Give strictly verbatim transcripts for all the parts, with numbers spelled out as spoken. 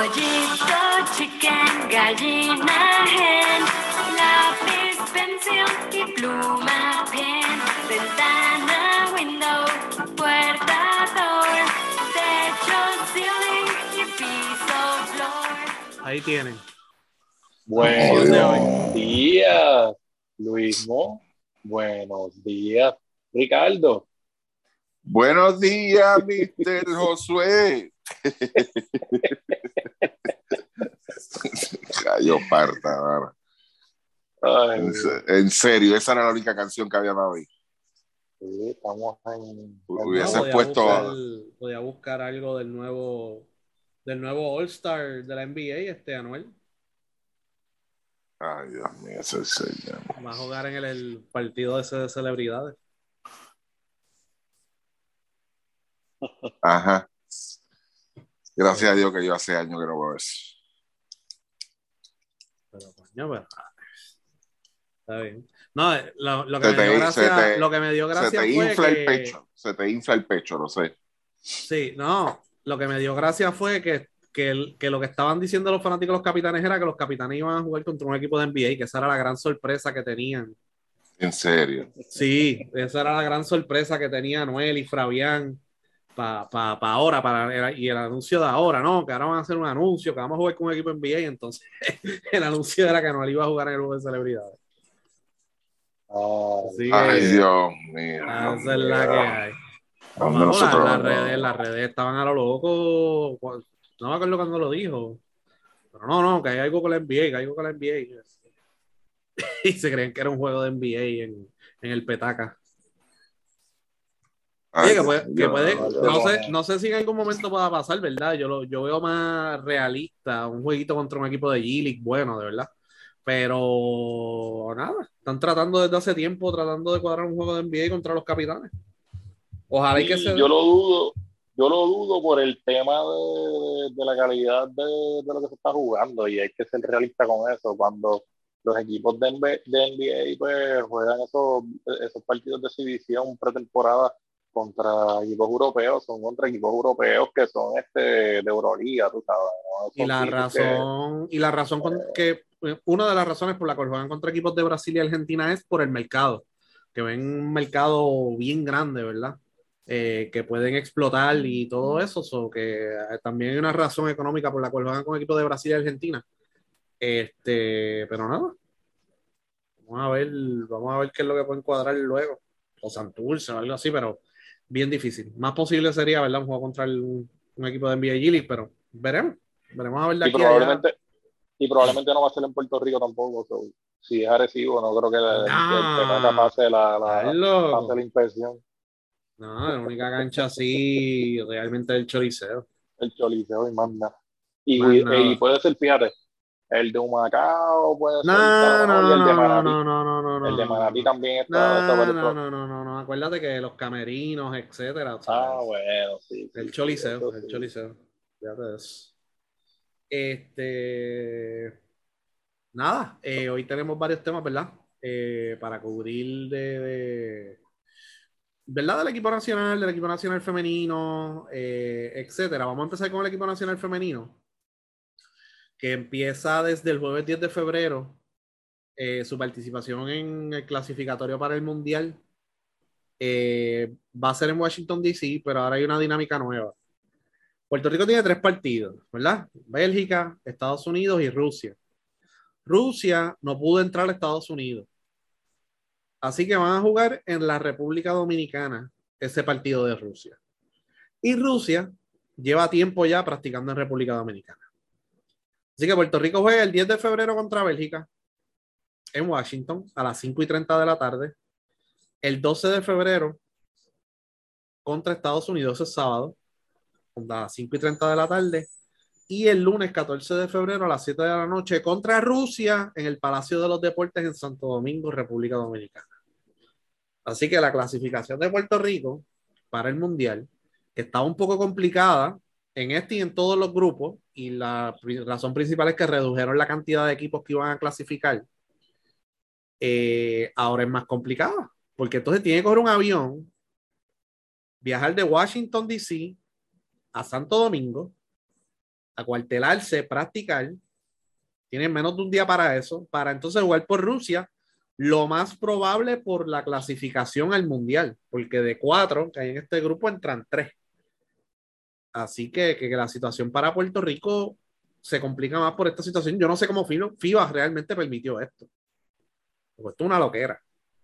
Pollito, chicken, gallina, hen, lápiz, pencil y pluma, pen, ventana, window, puerta, door, techo, ceiling y piso, floor. Ahí tienen. Buenos días, Luismo. Buenos días, Ricardo. Buenos días, mister Josué. Cayó parta. En, en serio, esa era la única canción que había dado ahí. Sí, estamos en... Hubiese no, podía puesto... Buscar, podía buscar algo del nuevo del nuevo All-Star de la N B A, este Anuel. Ay, Dios mío, ese señor. Va a jugar en el, el partido ese de celebridades. Ajá. Gracias a Dios que yo hace años que no veo eso. Pero coño, pero... Está bien. No, lo, lo, que, Se me te- dio gracia, se te- lo que me dio Se gracia te fue infla que... el pecho. Se te infla el pecho, lo sé. Sí, no, lo que me dio gracia fue que, que, el- que lo que estaban diciendo los fanáticos de los Capitanes era que los Capitanes iban a jugar contra un equipo de N B A, que esa era la gran sorpresa que tenían. En serio. Sí, esa era la gran sorpresa que tenía Noel y Fabián para pa, pa ahora, para, y el anuncio de ahora, ¿no? Que ahora van a hacer un anuncio, que vamos a jugar con un equipo N B A, y entonces el anuncio era que Noel iba a jugar en el juego de celebridades. Ay, Así Ay, que, Dios mío. esa es la que hay. Donde Vamos, nosotros las, las no- redes, las redes estaban a lo loco. No me acuerdo cuando lo dijo. Pero no, no, que hay algo con la N B A, que hay algo con la N B A. Y se creen que era un juego de N B A en, en el Petaca. Ay, Oye, que Dios puede, mío, que puede no, no, no, sé, no sé si en algún momento pueda pasar, ¿verdad? Yo, lo, yo veo más realista un jueguito contra un equipo de G-League bueno, de verdad. Pero nada, están tratando desde hace tiempo, tratando de cuadrar un juego de N B A contra los Capitanes. Ojalá y que se sí, dé. yo lo dudo. Yo lo dudo por el tema de, de la calidad de, de lo que se está jugando y hay que ser realista con eso. Cuando los equipos de, N B A de N B A pues, juegan esos, esos partidos de exhibición pretemporada contra equipos europeos, son contra equipos europeos que son este de Euroliga, tú sabes, ¿no? Y Son la sitios que, razón, y la razón con que una de las razones por la cual juegan contra equipos de Brasil y Argentina es por el mercado, que ven un mercado bien grande, ¿verdad? Eh, que pueden explotar y todo eso, so que también hay una razón económica por la cual juegan con equipos de Brasil y Argentina. Este, pero nada, vamos a ver, vamos a ver qué es lo que pueden cuadrar luego, o Santurce o algo así, pero bien difícil. Más posible sería, ¿verdad? Un juego contra el- un equipo de N B A G-League, pero veremos. Veremos a ver de y aquí a allá. probablemente y probablemente no va a ser en Puerto Rico tampoco. So, si es Arecibo, no creo que el, el Petaca No, pase la, estás la, pase loco. la inspección. No, la única cancha así realmente es el Choliseo. El Choliseo y manda. Más Y, y nada. puede ser, fíjate, el de Humacao puede ser, No, cabrón, y el de no, no, Manatí. no, no, no, no, El de no, Manatí no. también está, está para No, el no, pro. no, no, no, no. Acuérdate que los camerinos, etcétera, Ah, ¿sabes? bueno, sí, El sí, sí, Choliseo, eso el sí. Choliseo. Fíjate de eso. Este. Nada, eh, hoy tenemos varios temas, ¿verdad? Eh, para cubrir de, de- ¿verdad? Del equipo nacional, del equipo nacional femenino, eh, etcétera. Vamos a empezar con el equipo nacional femenino, que empieza desde el jueves diez de febrero eh, su participación en el clasificatorio para el Mundial. Eh, va a ser en Washington, D C, pero ahora hay una dinámica nueva. Puerto Rico tiene tres partidos, ¿verdad? Bélgica, Estados Unidos y Rusia. Rusia no pudo entrar a Estados Unidos. Así que van a jugar en la República Dominicana ese partido de Rusia. Y Rusia lleva tiempo ya practicando en República Dominicana. Así que Puerto Rico juega el diez de febrero contra Bélgica en Washington a las cinco y treinta de la tarde. El doce de febrero contra Estados Unidos, es sábado, a las cinco y treinta de la tarde. Y el lunes catorce de febrero a las siete de la noche contra Rusia en el Palacio de los Deportes en Santo Domingo, República Dominicana. Así que la clasificación de Puerto Rico para el Mundial está un poco complicada en este y en todos los grupos, y la razón principal es que redujeron la cantidad de equipos que iban a clasificar. Eh, ahora es más complicada, porque entonces tiene que coger un avión, viajar de Washington, D C a Santo Domingo, acuartelarse, practicar. Tienen menos de un día para eso, para entonces jugar por Rusia, lo más probable por la clasificación al Mundial, porque de cuatro que hay en este grupo entran tres. Así que, que la situación para Puerto Rico se complica más por esta situación. Yo no sé cómo FIBA realmente permitió esto. Porque esto es una loquera.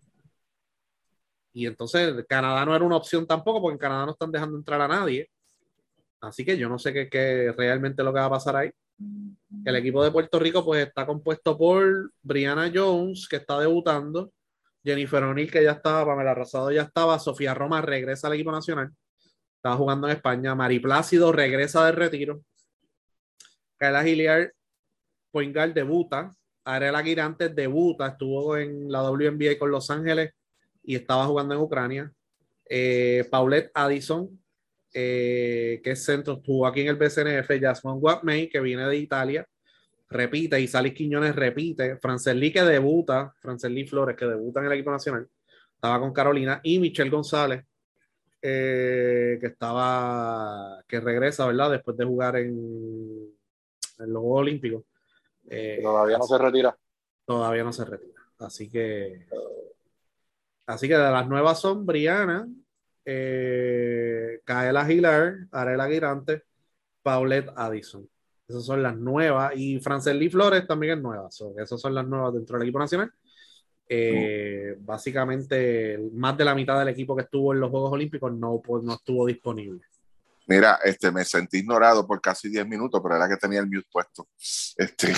Y entonces Canadá no era una opción tampoco, porque en Canadá no están dejando entrar a nadie. Así que yo no sé qué, qué realmente lo que va a pasar ahí. El equipo de Puerto Rico pues está compuesto por Brianna Jones, que está debutando, Jennifer O'Neill, que ya estaba, Pamela Rosado ya estaba, Sofía Roma regresa al equipo nacional, estaba jugando en España, Mari Plácido regresa del retiro, Kayla Hilliard, point guard, debuta, Arela Girantes debuta, estuvo en la W N B A con Los Ángeles y estaba jugando en Ucrania, eh, Paulette Addison, Eh, que es centro, estuvo aquí en el B C N F, Jasmine Watmey, que viene de Italia, repite, y Salis Quiñones repite, Franceli que debuta, Franceli Flores que debuta en el equipo nacional, estaba con Carolina, y Michelle González, eh, que estaba, que regresa, ¿verdad? Después de jugar en, en los Juegos Olímpicos. Eh, todavía no se retira. Todavía no se retira. Así que, así que de las nuevas son Brianna, eh, Kaela Hilar, Arela Girante, Paulette Addison. Esas son las nuevas. Y Franceli Flores también es nueva. So, esas son las nuevas dentro del equipo nacional. Eh, mm. Básicamente, más de la mitad del equipo que estuvo en los Juegos Olímpicos no, pues, no estuvo disponible. Mira, este, me sentí ignorado por casi diez minutos, pero era que tenía el mute puesto. Este...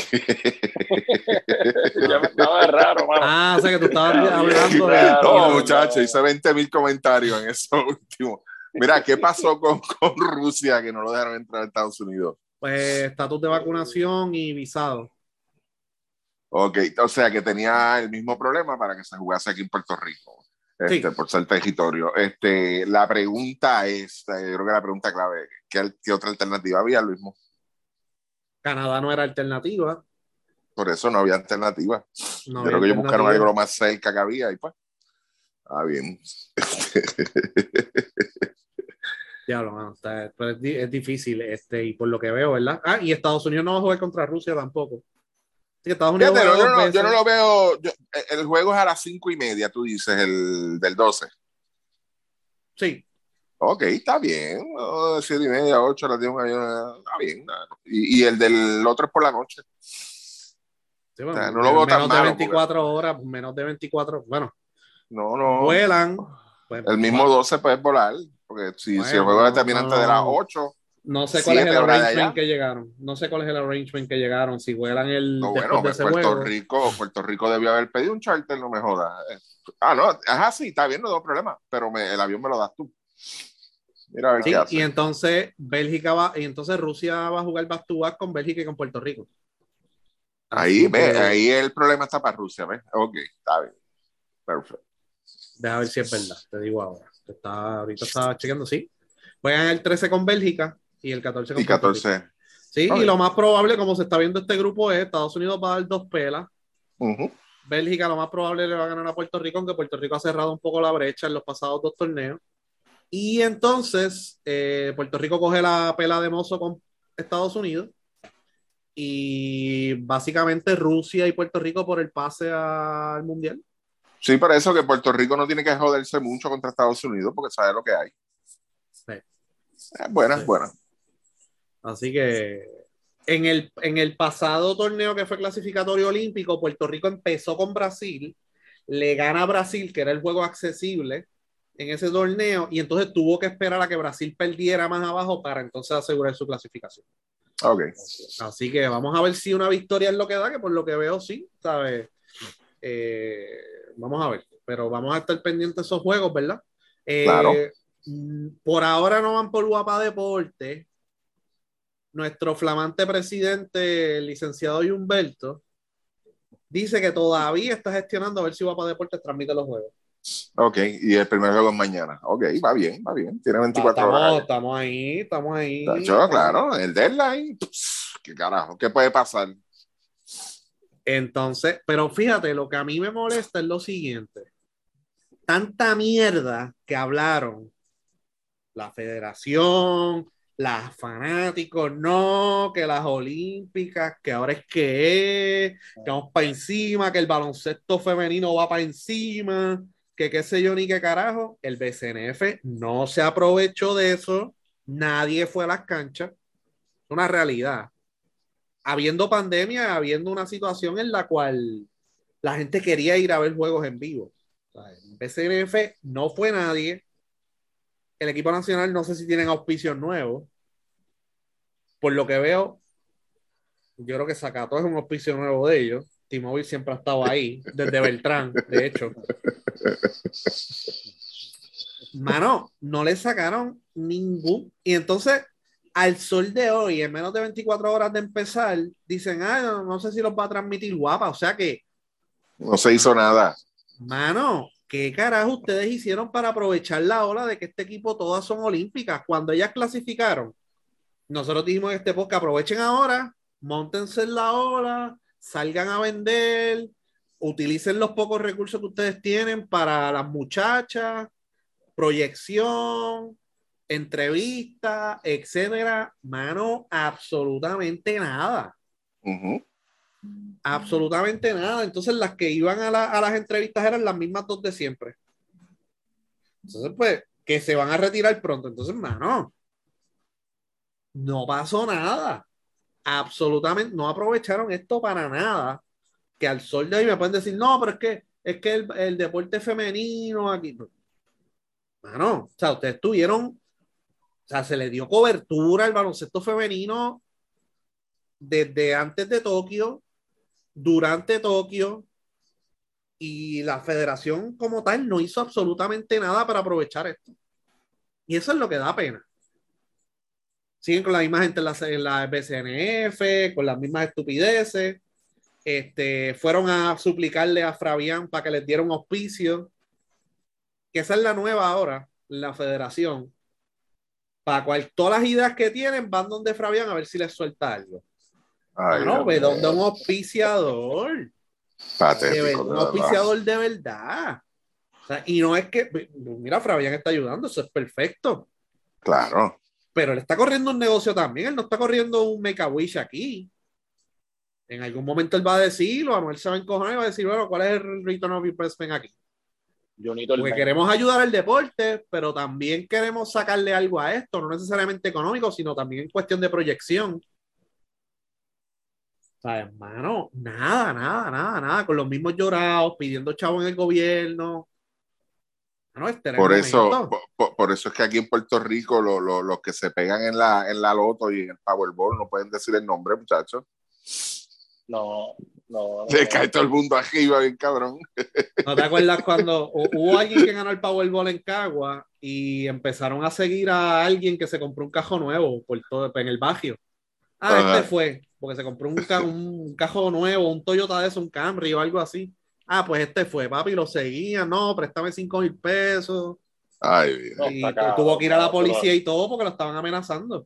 ya me estaba raro, mano. Ah, o sea que tú estabas hablando de... No, muchachos, hice veinte mil comentarios en eso último. Mira, ¿qué pasó con, con Rusia que no lo dejaron entrar a Estados Unidos? Pues estatus de vacunación y visado. Ok, o sea que tenía el mismo problema para que se jugase aquí en Puerto Rico. Este, sí. Por ser territorio. Este, la pregunta es, yo creo que la pregunta clave, ¿qué, qué otra alternativa había, Luismo? Canadá no era alternativa. Por eso no había alternativa. No yo creo que ellos buscaron algo lo más cerca que había y pues, ah, bien. Ya lo mano, está, pero es, es difícil, este, y por lo que veo, ¿verdad? Ah, y Estados Unidos no va a jugar contra Rusia tampoco. Sí, Estados Unidos Fíjate, yo, no, yo no lo veo. Yo, el juego es a las cinco y media, tú dices, el del doce. Sí. Ok, está bien. Oh, siete y media, ocho, las diez, está bien. Y, y el del otro es por la noche. Sí, bueno, o sea, no lo veo tan menos de veinticuatro porque... horas, menos de veinticuatro. Bueno, no, no. Vuelan. Pues, el mismo bueno. doce puedes volar. Porque si, bueno, si el juego termina no, antes de las ocho. No sé cuál es el arrangement que llegaron. No sé cuál es el arrangement que llegaron. Si vuelan el no, después bueno, de ese Puerto juego. Rico, Puerto Rico debió haber pedido un charter, no me jodas. Ah, no, ajá, sí, está bien, no tengo problema, pero me, el avión me lo das tú. Mira a ver sí, qué hace. Y entonces Bélgica va, y entonces Rusia va a jugar back to back con Bélgica y con Puerto Rico. Ahí, ve, que... ahí el problema está para Rusia, ¿ves? Ok, está bien. Perfecto. Deja ver si es verdad, te digo ahora. Está, ahorita estaba chequeando, sí. Juegan el trece con Bélgica y el catorce con y catorce. Puerto Rico. Sí, okay. Y lo más probable, como se está viendo este grupo, es Estados Unidos va a dar dos pelas. Uh-huh. Bélgica lo más probable le va a ganar a Puerto Rico, aunque Puerto Rico ha cerrado un poco la brecha en los pasados dos torneos. Y entonces eh, Puerto Rico coge la pela de mozo con Estados Unidos. Y básicamente Rusia y Puerto Rico por el pase al Mundial. Sí, para eso que Puerto Rico no tiene que joderse mucho contra Estados Unidos porque sabe lo que hay. Sí. Es buena, es buena. Así que en el, en el pasado torneo que fue clasificatorio olímpico, Puerto Rico empezó con Brasil, le gana a Brasil, que era el juego accesible en ese torneo, y entonces tuvo que esperar a que Brasil perdiera más abajo para entonces asegurar su clasificación. Okay. Así que vamos a ver si una victoria es lo que da, que por lo que veo sí, ¿sabes? Eh, vamos a ver, pero vamos a estar pendientes de esos juegos, ¿verdad? Eh, claro. Por ahora no van por Guapa Deporte. Nuestro flamante presidente, el licenciado Humberto, dice que todavía está gestionando a ver si Guapa Deportes transmite los juegos. Ok, y el primer juego es mañana. Ok, va bien, va bien. Tiene veinticuatro estamos, horas. Estamos ahí, estamos ahí. Yo, estamos claro, ahí. El deadline. Pss, ¿qué carajo? ¿Qué puede pasar? Entonces, pero fíjate, lo que a mí me molesta es lo siguiente. Tanta mierda que hablaron la federación, las fanáticos, no, que las olímpicas, que ahora es que es, que vamos para encima, que el baloncesto femenino va para encima, que qué sé yo ni qué carajo. El B C N F no se aprovechó de eso, nadie fue a las canchas, es una realidad. Habiendo pandemia, habiendo una situación en la cual la gente quería ir a ver juegos en vivo. O sea, el B C N F no fue nadie. El equipo nacional no sé si tienen auspicios nuevos. Por lo que veo, yo creo que Zacató es un auspicio nuevo de ellos. T-Mobile siempre ha estado ahí, desde Beltrán, de hecho. Mano, no le sacaron ningún. Y entonces, al sol de hoy, en menos de veinticuatro horas de empezar, dicen, ah, no, no sé si los va a transmitir Guapa. O sea que. No se hizo mano, nada. Mano, ¿qué carajo ustedes hicieron para aprovechar la ola de que este equipo todas son olímpicas? Cuando ellas clasificaron, nosotros dijimos en este podcast, aprovechen ahora, móntense en la ola, salgan a vender, utilicen los pocos recursos que ustedes tienen para las muchachas, proyección, entrevista, etcétera. Mano, absolutamente nada. Uh-huh. Absolutamente nada. Entonces las que iban a, la, a las entrevistas eran las mismas dos de siempre. Entonces, pues, que se van a retirar pronto. Entonces, mano, no pasó nada. Absolutamente, no aprovecharon esto para nada. Que al sol de hoy me pueden decir, no, pero es que, es que el, el deporte femenino aquí. Mano, o sea, ustedes tuvieron, o sea, se le dio cobertura al baloncesto femenino desde antes de Tokio, durante Tokio, y la federación como tal no hizo absolutamente nada para aprovechar esto. Y eso es lo que da pena. Siguen con la misma gente en la, en la B C N F, con las mismas estupideces. Este, fueron a suplicarle a Fabián para que les diera un auspicio, que esa es la nueva ahora, la federación. Para cual todas las ideas que tienen van donde Fabián a ver si les suelta algo. Ay, Mano, ve donde un Dios. auspiciador. Patético, De, de un verdad. auspiciador de verdad. O sea, y no es que, mira, Fabián está ayudando, eso es perfecto. Claro. Pero él está corriendo un negocio también, él no está corriendo un Make-A-Wish aquí. En algún momento él va a decirlo, Anuel se va a encojonar y va a decir, bueno, ¿cuál es el return of investment aquí? Porque queremos ayudar al deporte, pero también queremos sacarle algo a esto, no necesariamente económico, sino también en cuestión de proyección. O sea, hermano, nada, nada, nada, nada, con los mismos llorados, pidiendo chavo en el gobierno. No, este era el Por eso, momento. por, por eso es que aquí en Puerto Rico lo, lo, los que se pegan en la, en la loto y en el Powerball no pueden decir el nombre, muchachos. No, no. Le no. cae todo el mundo arriba, bien cabrón. ¿No te acuerdas cuando hubo alguien que ganó el Powerball en Cagua y empezaron a seguir a alguien que se compró un cajo nuevo por todo, en el barrio? Ah, Ajá. este fue, porque se compró un, ca un cajo nuevo, un Toyota de eso, un Camry o algo así. Ah, pues este fue, papi, lo seguía, no, préstame cinco mil pesos. Ay, bien. No, Y está acá, tuvo que ir a la no, policía pero- y todo porque lo estaban amenazando.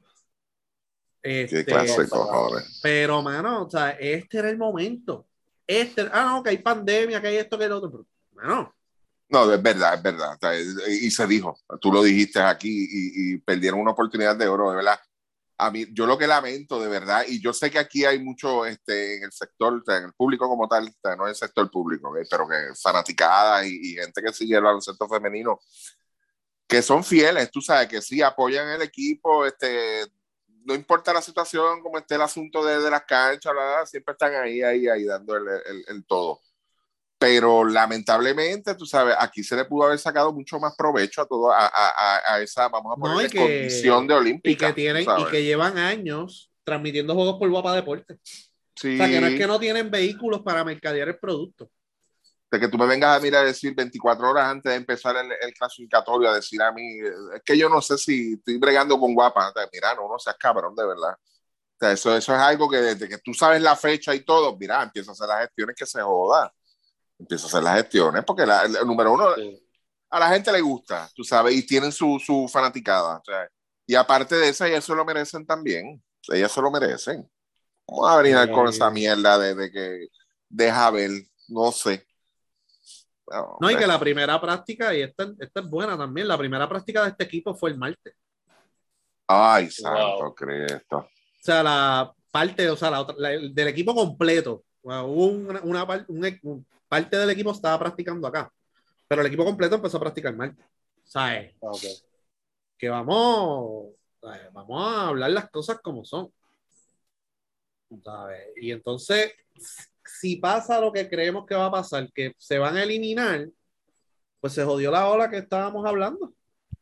Qué Este, clase de cojones. pero, mano, o sea, este era el momento. Este, ah, no, que hay pandemia, que hay esto, que hay lo otro. Pero, mano, No, es verdad, es verdad. Y se dijo, tú lo dijiste aquí y, y perdieron una oportunidad de oro, de verdad. A mí, yo lo que lamento, de verdad, y yo sé que aquí hay mucho este, en el sector, o sea, en el público como tal, o sea, no en el sector público, ¿okay? Pero que fanaticadas y, y gente que sigue el baloncesto femenino, que son fieles, tú sabes, que sí apoyan el equipo, este, no importa la situación, como esté el asunto de, de las canchas, bla, bla, siempre están ahí, ahí, ahí, dando el, el, el todo. Pero lamentablemente, tú sabes, aquí se le pudo haber sacado mucho más provecho a todo, a, a, a esa, vamos a ponerle, no, y que, condición de olímpica. y que tienen, y que llevan años transmitiendo juegos por Guapa Deportes. Sí. O sea, que no es que no tienen vehículos para mercadear el producto. De que tú me vengas a mí a decir veinticuatro horas antes de empezar el, el clasificatorio, a decir a mí, es que yo no sé si estoy bregando con Guapa. O sea, mira, no, no seas cabrón, de verdad. O sea, eso, eso es algo que desde que tú sabes la fecha y todo, mira, empieza a hacer las gestiones que se joda. Empieza a hacer las gestiones, porque la, el, el número uno, sí. A la gente le gusta, tú sabes, y tienen su, su fanaticada. O sea, y aparte de eso, ellas se lo merecen también. Ellas se lo merecen. Vamos a venir eh, con esa mierda de, de que deja ver, no sé. No, no, y que la primera práctica, y esta, esta es buena también, la primera práctica de este equipo fue el martes. Ay, santo Wow. Cristo. O sea, la parte, o sea, la otra, la- el- del equipo completo. O sea, hubo una, una par- un e- un- parte del equipo estaba practicando acá, pero el equipo completo empezó a practicar mal. ¿Sabes? Ok. Que vamos, ¿sabes? Vamos a hablar las cosas como son. ¿Sabes? Y entonces, si pasa lo que creemos que va a pasar, que se van a eliminar, pues se jodió la ola que estábamos hablando.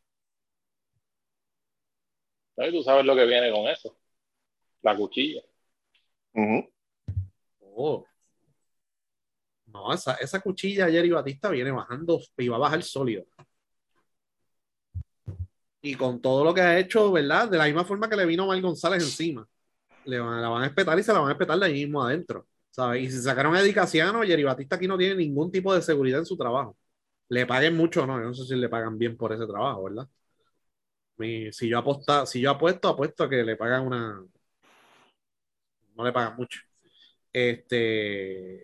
¿No? Y tú sabes lo que viene con eso. La cuchilla. Ujú. Oh, no, esa, esa cuchilla ayer y Batista viene bajando y va a bajar sólido. Y con todo lo que ha hecho, ¿verdad? De la misma forma que le vino Mal González encima. Le van, la van a espetar y se la van a espetar de ahí mismo adentro. ¿Sabes? Y si sacaron a Eddie Casiano, Jerry Batista aquí no tiene ningún tipo de seguridad en su trabajo. Le paguen mucho o no, yo no sé si le pagan bien por ese trabajo, ¿verdad? Mi- si yo aposta, si yo apuesto, apuesto a que le pagan una, no le pagan mucho. Este,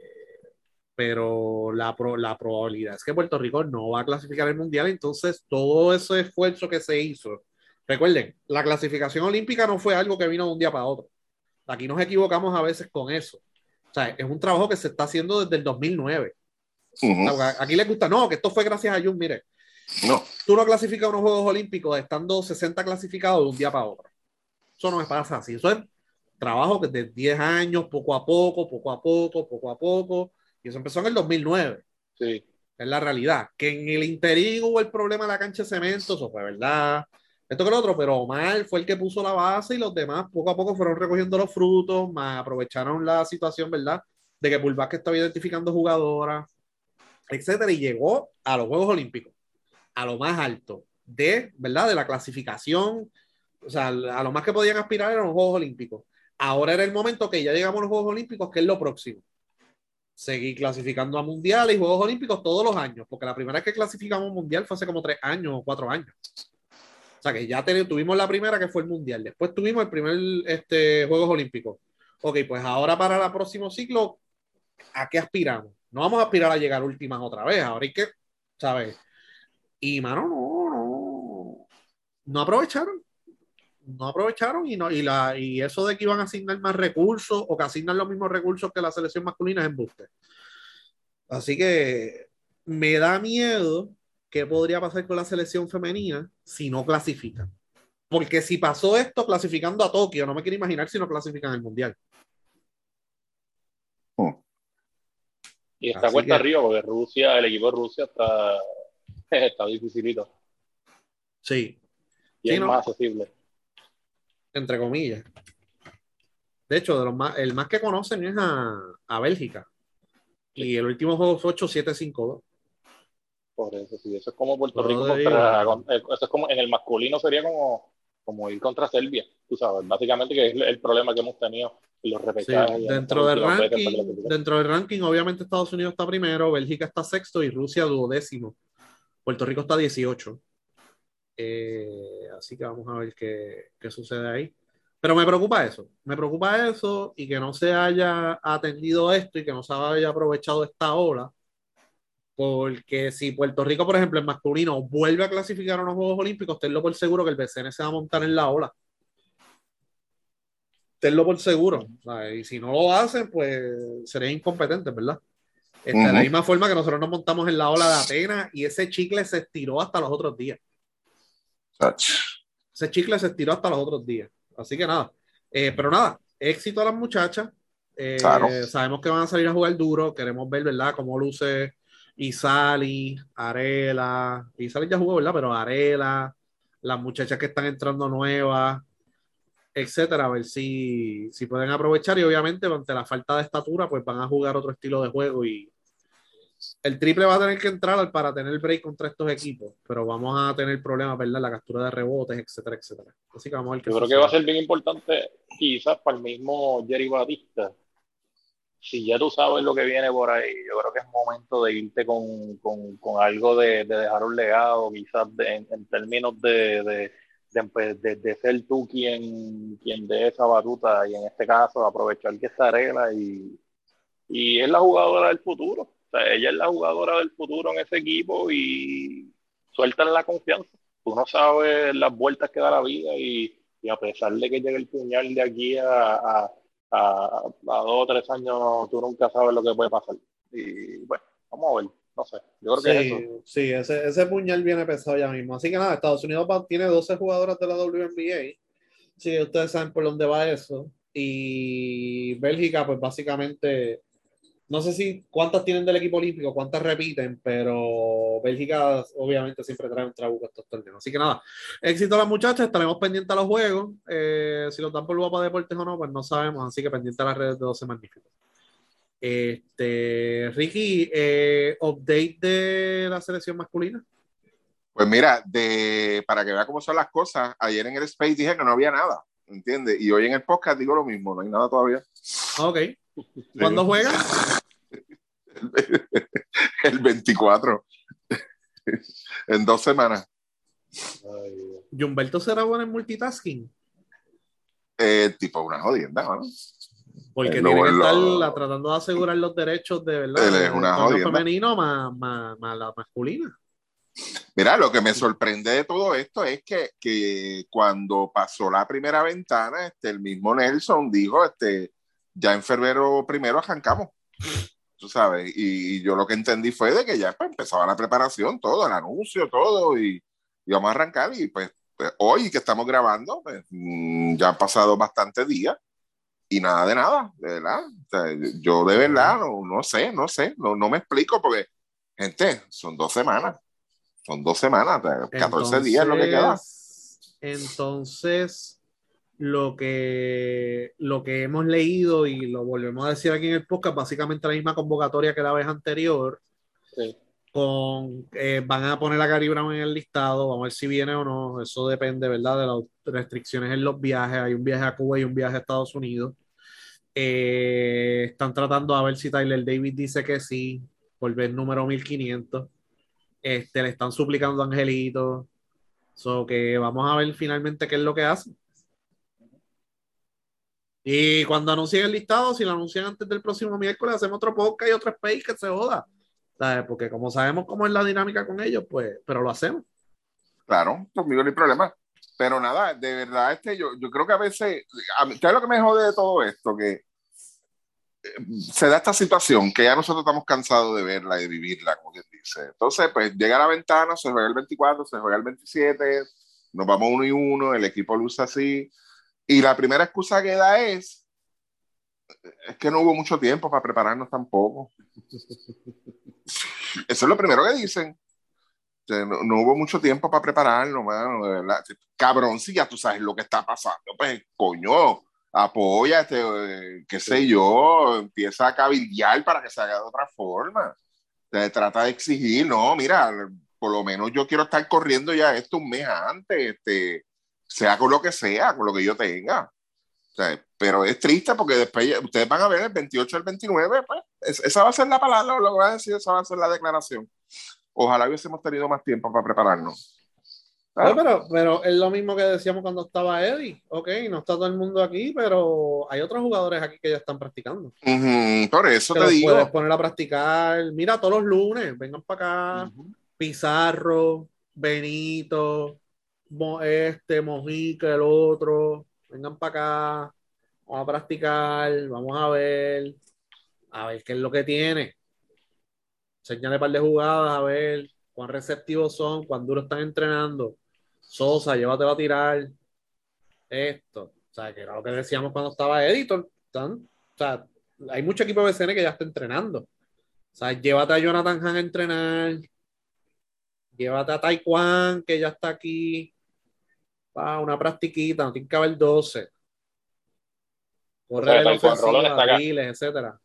pero la, pro- la probabilidad es que Puerto Rico no va a clasificar el mundial, entonces todo ese esfuerzo que se hizo, recuerden, la clasificación olímpica no fue algo que vino de un día para otro. Aquí nos equivocamos a veces con eso. O sea, es un trabajo que se está haciendo desde el dos mil nueve. Ujú. O sea, aquí les gusta, no, que esto fue gracias a Jun, mire, No. tú no clasificas unos Juegos Olímpicos estando sesenta clasificados de un día para otro. Eso no me pasa así. Eso es trabajo que de diez años, poco a poco, poco a poco, poco a poco. Y eso empezó en el dos mil nueve. Sí. Es la realidad. Que en el interín hubo el problema de la cancha de cemento, eso fue verdad. Esto que lo otro, pero Omar fue el que puso la base y los demás poco a poco fueron recogiendo los frutos, más aprovecharon la situación, ¿verdad? De que Bulbac estaba identificando jugadoras, etcétera, y llegó a los Juegos Olímpicos, a lo más alto de, ¿verdad? De la clasificación, o sea, a lo más que podían aspirar eran los Juegos Olímpicos. Ahora era el momento que ya llegamos a los Juegos Olímpicos, que es lo próximo. Seguir clasificando a mundiales y Juegos Olímpicos todos los años, porque la primera vez que clasificamos a un mundial fue hace como tres años o cuatro años. O sea que ya te, tuvimos la primera que fue el mundial, después tuvimos el primer este, Juegos Olímpicos. Ok, pues ahora para el próximo ciclo, ¿a qué aspiramos? No vamos a aspirar a llegar últimas otra vez, ahora hay que, ¿sabes? Y mano, no, no, no aprovecharon, no aprovecharon y, no, y, la, y eso de que iban a asignar más recursos o que asignan los mismos recursos que la selección masculina es embuste. Así que me da miedo qué podría pasar con la selección femenina si no clasifican. Porque si pasó esto clasificando a Tokio, no me quiero imaginar si no clasifican el mundial. Mm. Y está Así cuesta que arriba porque Rusia, el equipo de Rusia está, está dificilito. sí, Y sí, es no, más accesible. entre comillas. De hecho, de los más, el más que conocen es a, a Bélgica. Sí, Y el último juego fue ocho siete cinco dos. por eso, sí. Eso es como Puerto Todo Rico te digo. contra. con- eh, Eso es como en el masculino sería como, como ir contra Serbia, tú sabes. Básicamente que es el problema que hemos tenido en los Sí, repechajes y en estas dentro del últimas veces para ranking, clasificar. dentro del ranking, obviamente Estados Unidos está primero, Bélgica está sexto y Rusia duodécimo. Puerto Rico está dieciocho. Eh, así que vamos a ver qué, qué sucede ahí. Pero me preocupa eso, me preocupa eso y que no se haya atendido esto y que no se haya aprovechado esta ola, porque si Puerto Rico, por ejemplo, en masculino vuelve a clasificar a unos Juegos Olímpicos, tenlo por seguro que el B C N se va a montar en la ola. Tenlo por seguro. O sea, y si no lo hacen, pues serían incompetentes, ¿verdad? Este, de la Ujú. misma forma que nosotros nos montamos en la ola de Atenas y ese chicle se estiró hasta los otros días. Ach. Ese chicle se estiró hasta los otros días. Así que nada. Eh, pero nada, éxito a las muchachas. Claro. Eh, sabemos que van a salir a jugar duro. Queremos ver, ¿verdad? Cómo luce Isali, Arela. Isali ya jugó, ¿verdad? Pero Arela, las muchachas que están entrando nuevas, etcétera. A ver si, si pueden aprovechar. Y obviamente, ante la falta de estatura, pues van a jugar otro estilo de juego y el triple va a tener que entrar para tener el break contra estos equipos, pero vamos a tener problemas, ¿verdad? La captura de rebotes, etcétera, etcétera. Así que vamos a ver qué Yo creo que va a sucede. ser bien importante, quizás para el mismo Jerry Batista. Si ya tú sabes lo que viene por ahí, yo creo que es momento de irte con, con, con algo de, de dejar un legado, quizás de, en, en términos de, de, de, de, de ser tú quien, quien dé esa batuta y en este caso aprovechar que está regla y, y es la jugadora del futuro. O sea, ella es la jugadora del futuro en ese equipo y sueltan la confianza. Tú no sabes las vueltas que da la vida y y a pesar de que llegue el puñal de aquí a, a, a, a dos o tres años, tú nunca sabes lo que puede pasar. Y bueno, vamos a ver, no sé, yo creo Sí, que es eso. sí, ese, ese puñal viene pesado ya mismo. Así que nada, Estados Unidos va- tiene doce jugadoras de la W N B A. Sí, ustedes saben por dónde va eso. Y Bélgica, pues básicamente, no sé si cuántas tienen del equipo olímpico, cuántas repiten, pero Bélgica obviamente siempre trae un trabuco a estos torneos. Así que nada, éxito a las muchachas, estaremos pendientes a los juegos. Eh, si los dan por Guapa Deportes o no, pues no sabemos, así que pendientes a las redes de doce Magníficos. Este, Ricky, eh, update de la selección masculina. Pues mira, de, para que vea cómo son las cosas, ayer en el Space dije que no había nada, ¿entiendes? Y hoy en el podcast digo lo mismo, no hay nada todavía. Ok. ¿Cuándo Sí. juegan? El veinticuatro. En dos semanas. Ay, ¿Humberto será bueno en multitasking? Eh, tipo una jodienda, ¿no? Porque Eh, tiene lo- que estar lo- la- tratando de asegurar los derechos de Él verdad es del una torneo jodienda. femenino más, más, más la masculina. Mira, lo que me sorprende de todo esto es que, que cuando pasó la primera ventana, este, el mismo Nelson dijo, este, ya en febrero primero arrancamos, tú sabes, y, y yo lo que entendí fue de que ya pues, empezaba la preparación, todo, el anuncio, todo, y, y vamos a arrancar, y pues, pues hoy que estamos grabando, pues, mm, ya han pasado bastantes días, y nada de nada, de verdad, o sea, yo de verdad no, no sé, no sé, no, no me explico, porque, gente, son dos semanas. Son dos semanas, catorce días es lo que queda. Entonces, lo que, lo que hemos leído y lo volvemos a decir aquí en el podcast, básicamente la misma convocatoria que la vez anterior, sí. con, eh, van a poner a Gary Brown en el listado, vamos a ver si viene o no, eso depende, ¿verdad? De las restricciones en los viajes, hay un viaje a Cuba y un viaje a Estados Unidos. Eh, están tratando a ver si Tyler Davis dice que sí, por ver número mil quinientos. Este, le están suplicando a Angelito. So que vamos a ver finalmente qué es lo que hace. Y cuando anuncien el listado, si lo anuncian antes del próximo miércoles, hacemos otro podcast y otro space que se joda. ¿Sabes? Porque como sabemos cómo es la dinámica con ellos, pues, pero lo hacemos. Claro, conmigo no hay problema. Pero nada, de verdad, este, yo, yo creo que a veces, a mí, ¿sabes lo que me jode de todo esto? Que eh, se da esta situación que ya nosotros estamos cansados de verla y de vivirla, como quien dice. Entonces, pues llega la ventana, se juega el veinticuatro, se juega el veintisiete, nos vamos uno y uno, el equipo luce así. Y la primera excusa que da es, es que no hubo mucho tiempo para prepararnos tampoco. Eso es lo primero que dicen. O sea, no, no hubo mucho tiempo para prepararnos, mano, de verdad. Cabrón, si ya tú sabes lo que está pasando, pues, coño, apóyate, eh, qué sé yo, empieza a cabildear para que se haga de otra forma. Se trata de exigir, no, mira, por lo menos yo quiero estar corriendo ya esto un mes antes, este, sea con lo que sea, con lo que yo tenga. O sea, pero es triste porque después ya- ustedes van a ver el veintiocho, el veintinueve, pues, es- esa va a ser la palabra, lo que van a decir, esa va a ser la declaración. Ojalá hubiésemos tenido más tiempo para prepararnos. Pues, Claro. pero, pero es lo mismo que decíamos cuando estaba Eddie. Ok, no está todo el mundo aquí, pero hay otros jugadores aquí que ya están practicando. Uh-huh, por eso Que te los puedes digo. poner a practicar. Mira, todos los lunes, vengan para acá. Uh-huh. Pizarro, Benito, Mo- este, Mojica, el otro. Vengan para acá. Vamos a practicar. Vamos a ver. A ver qué es lo que tiene. Señale un par de jugadas, a ver cuán receptivos son, cuán duro están entrenando. Sosa, llévatelo a tirar. Esto. O sea, que era lo que decíamos cuando estaba Editor. Están, o sea, hay mucho equipo de B C N que ya está entrenando. O sea, llévate a Jonathan Han a entrenar. Llévate a Taekwondo, que ya está aquí. Pa, una practiquita, no tiene que haber doce. O sea, Correr el Taekwondo Rolón ofensivo, está acá. dribles, etcétera.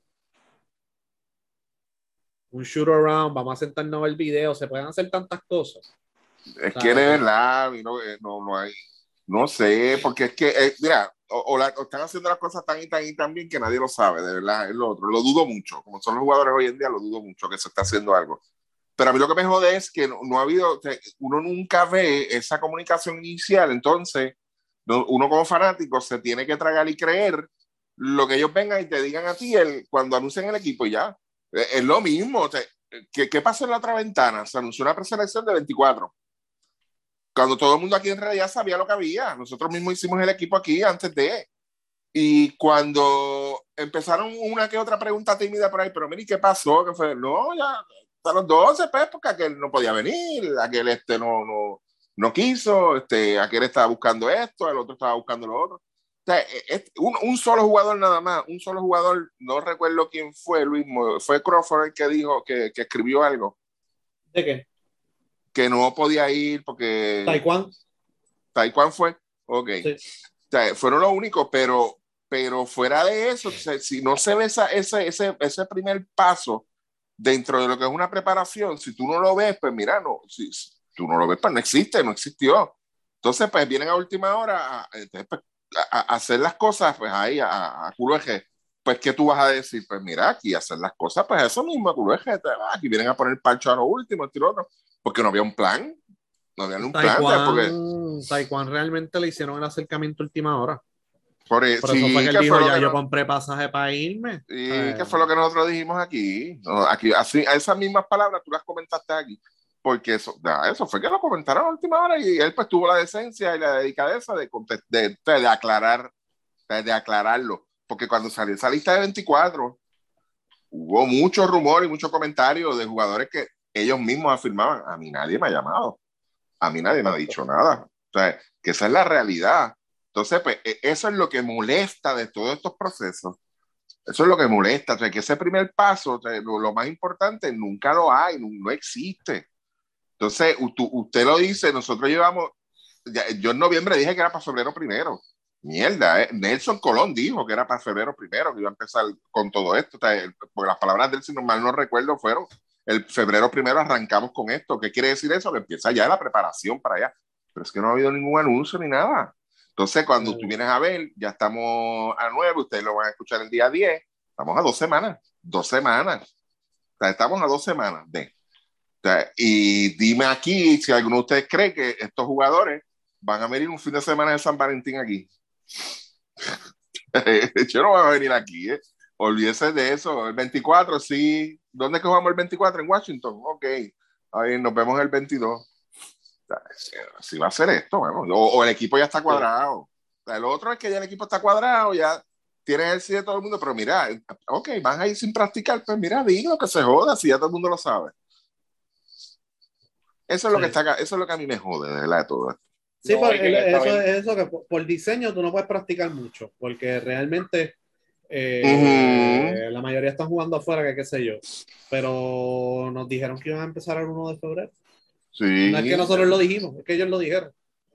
Un shoot around, vamos a sentarnos a ver video. Se pueden hacer tantas cosas. Es O que sea, de que- verdad, a mí no, eh, no, no hay, no sé, porque es que, eh, mira, o, o la- o están haciendo las cosas tan y tan y tan bien que nadie lo sabe, de verdad, es lo otro. Lo dudo mucho, como son los jugadores hoy en día, lo dudo mucho que se está haciendo algo. Pero a mí lo que me jode es que no, no ha habido, o sea, uno nunca ve esa comunicación inicial, entonces no- uno como fanático se tiene que tragar y creer lo que ellos vengan y te digan a ti el, cuando anuncian el equipo y ya. Es, es lo mismo, o sea, ¿qué, ¿qué pasó en la otra ventana? Se anunció una preselección de veinticuatro. Cuando todo el mundo aquí en realidad sabía lo que había. Nosotros mismos hicimos el equipo aquí antes de. Y cuando empezaron una que otra pregunta tímida por ahí, pero mire, ¿qué pasó? ¿Qué fue? No, ya a los doce, pues, porque aquel no podía venir, aquel este no, no, no quiso, este, aquel estaba buscando esto, el otro estaba buscando lo otro. O sea, es un, un solo jugador nada más, un solo jugador, no recuerdo quién fue, Luis, fue Crawford el que dijo, que, que escribió algo. ¿De qué? Que no podía ir porque... Taekwondo. ¿Taekwondo fue? Ok. Sí. O sea, fueron los únicos, pero, pero fuera de eso, o sea, si no se ve esa, ese, ese, ese primer paso dentro de lo que es una preparación, si tú no lo ves, pues mira, no, si, si tú no lo ves, pues no existe, no existió. Entonces, pues vienen a última hora a, entonces, pues, a, a hacer las cosas, pues ahí, a, a culo eje. Pues, ¿qué tú vas a decir? Pues mira, aquí hacer las cosas, pues eso mismo, a culo eje. Aquí vienen a poner parcho a lo último, este y lo otro, porque no había un plan. No había un plan. Porque... Taekwondo realmente le hicieron el acercamiento última hora. Por, el, Por sí, eso fue que él que dijo, ya que yo no, compré pasaje para irme. y eh, que fue lo que nosotros dijimos aquí. No, aquí así, a esas mismas palabras tú las comentaste aquí. Porque eso, eso fue que lo comentaron a última hora y él pues tuvo la decencia y la delicadeza de, de, de, de aclarar, de, de aclararlo. Porque cuando salió esa lista de veinticuatro, hubo mucho rumor y mucho comentario de jugadores que ellos mismos afirmaban, a mí nadie me ha llamado, a mí nadie me ha dicho nada. O sea, que esa es la realidad. Entonces, pues, eso es lo que molesta de todos estos procesos. Eso es lo que molesta. O sea, que ese primer paso, o sea, lo, lo más importante, nunca lo hay, no, no existe. Entonces, u, usted lo dice, nosotros llevamos, ya, yo en noviembre dije que era para febrero primero. Mierda, ¿eh? Nelson Colón dijo que era para febrero primero, que iba a empezar con todo esto. O sea, porque las palabras de él, si no mal no recuerdo, fueron el febrero primero arrancamos con esto. ¿Qué quiere decir eso? Que empieza ya la preparación para allá. Pero es que no ha habido ningún anuncio ni nada. Entonces, cuando tú vienes a ver, ya estamos a nueve, ustedes lo van a escuchar el día diez, estamos a dos semanas, dos semanas. O sea, estamos a dos semanas de... O sea, y dime aquí si alguno de ustedes cree que estos jugadores van a venir un fin de semana de San Valentín aquí. Yo no voy a venir aquí, ¿eh? Olvídese de eso. El veinticuatro, sí. ¿Dónde es que jugamos el veinticuatro? En Washington. Ok. Ahí nos vemos el veintidós. Así va a ser esto, bueno. o, o el equipo ya está cuadrado. O sea, el otro es que ya el equipo está cuadrado, ya tienes el sí de todo el mundo, pero mira, ok, van a ir sin practicar, pues mira, digo que se joda, si ya todo el mundo lo sabe. Eso es, sí. lo que está, eso es lo que a mí me jode, de verdad, de todo esto. Sí, no, porque el, eso es eso que por, por diseño tú no puedes practicar mucho, porque realmente eh, uh-huh. la mayoría están jugando afuera, que qué sé yo, pero nos dijeron que iban a empezar el uno de febrero. Sí. No es que nosotros lo dijimos, es que ellos lo dijeron.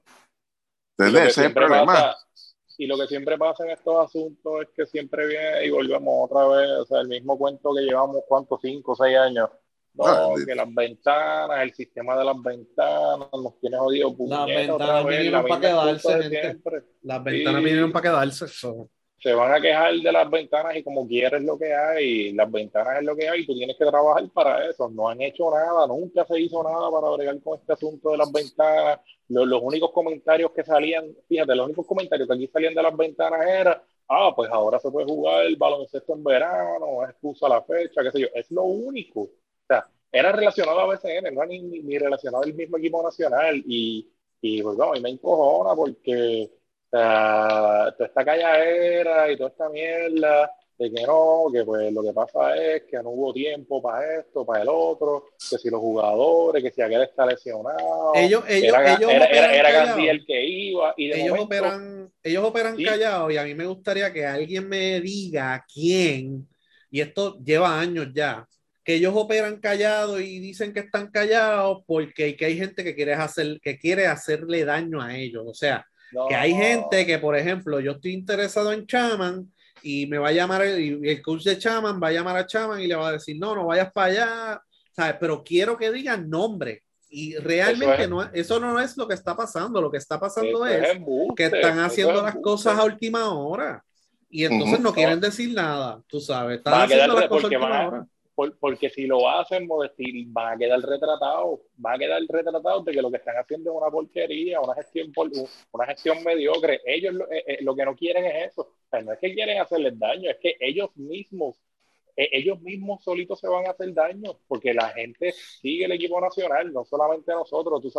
Desde ese problema. Pasa, y lo que siempre pasa en estos asuntos es que siempre viene y volvemos otra vez, o sea, el mismo cuento que llevamos, ¿cuántos? Cinco o seis años. No, ah, que las ventanas, el sistema de las ventanas nos tiene jodido. Las ventanas vez, vinieron para quedarse, gente. Las ventanas y vinieron para quedarse. So. Se van a quejar de las ventanas y como quieres lo que hay, las ventanas es lo que hay, y tú tienes que trabajar para eso. No han hecho nada, nunca se hizo nada para bregar con este asunto de las ventanas. Los, los únicos comentarios que salían, fíjate, los únicos comentarios que aquí salían de las ventanas era, ah, pues ahora se puede jugar el baloncesto en verano, excusa la fecha, qué sé yo. Es lo único. O sea, era relacionado a B C N, no era ni, ni, ni relacionado al mismo equipo nacional. Y, y pues vamos, y me encojona porque o sea, toda esta calladera y toda esta mierda de que no, que pues lo que pasa es que no hubo tiempo para esto, para el otro, que si los jugadores, que si aquel está lesionado, ellos, ellos, era, ellos era, operan era, era Gandhi el que iba y de ellos momento, operan, ellos operan ¿sí? callados, y a mí me gustaría que alguien me diga quién, y esto lleva años ya, que ellos operan callados y dicen que están callados porque que hay gente que quiere, hacer, que quiere hacerle daño a ellos. O sea, no. que hay gente que, por ejemplo, yo estoy interesado en Chaman y me va a llamar, el, el coach de Chaman va a llamar a Chaman y le va a decir, no, no vayas para allá, ¿sabes? Pero quiero que digan nombre. Y realmente eso, es, no, eso no es lo que está pasando. Lo que está pasando es, es embuste, que están haciendo las cosas a última hora. Y entonces uh-huh. no quieren decir nada, tú sabes. Están haciendo las cosas a última a... hora. Por, porque si lo hacen, Modestil, van a quedar retratados, van a quedar retratados de que lo que están haciendo es una porquería, una gestión, una gestión mediocre. Ellos lo, eh, lo que no quieren es eso. O sea, no es que quieren hacerles daño, es que ellos mismos, eh, ellos mismos solitos se van a hacer daño, porque la gente sigue el equipo nacional, no solamente nosotros, tú sabes.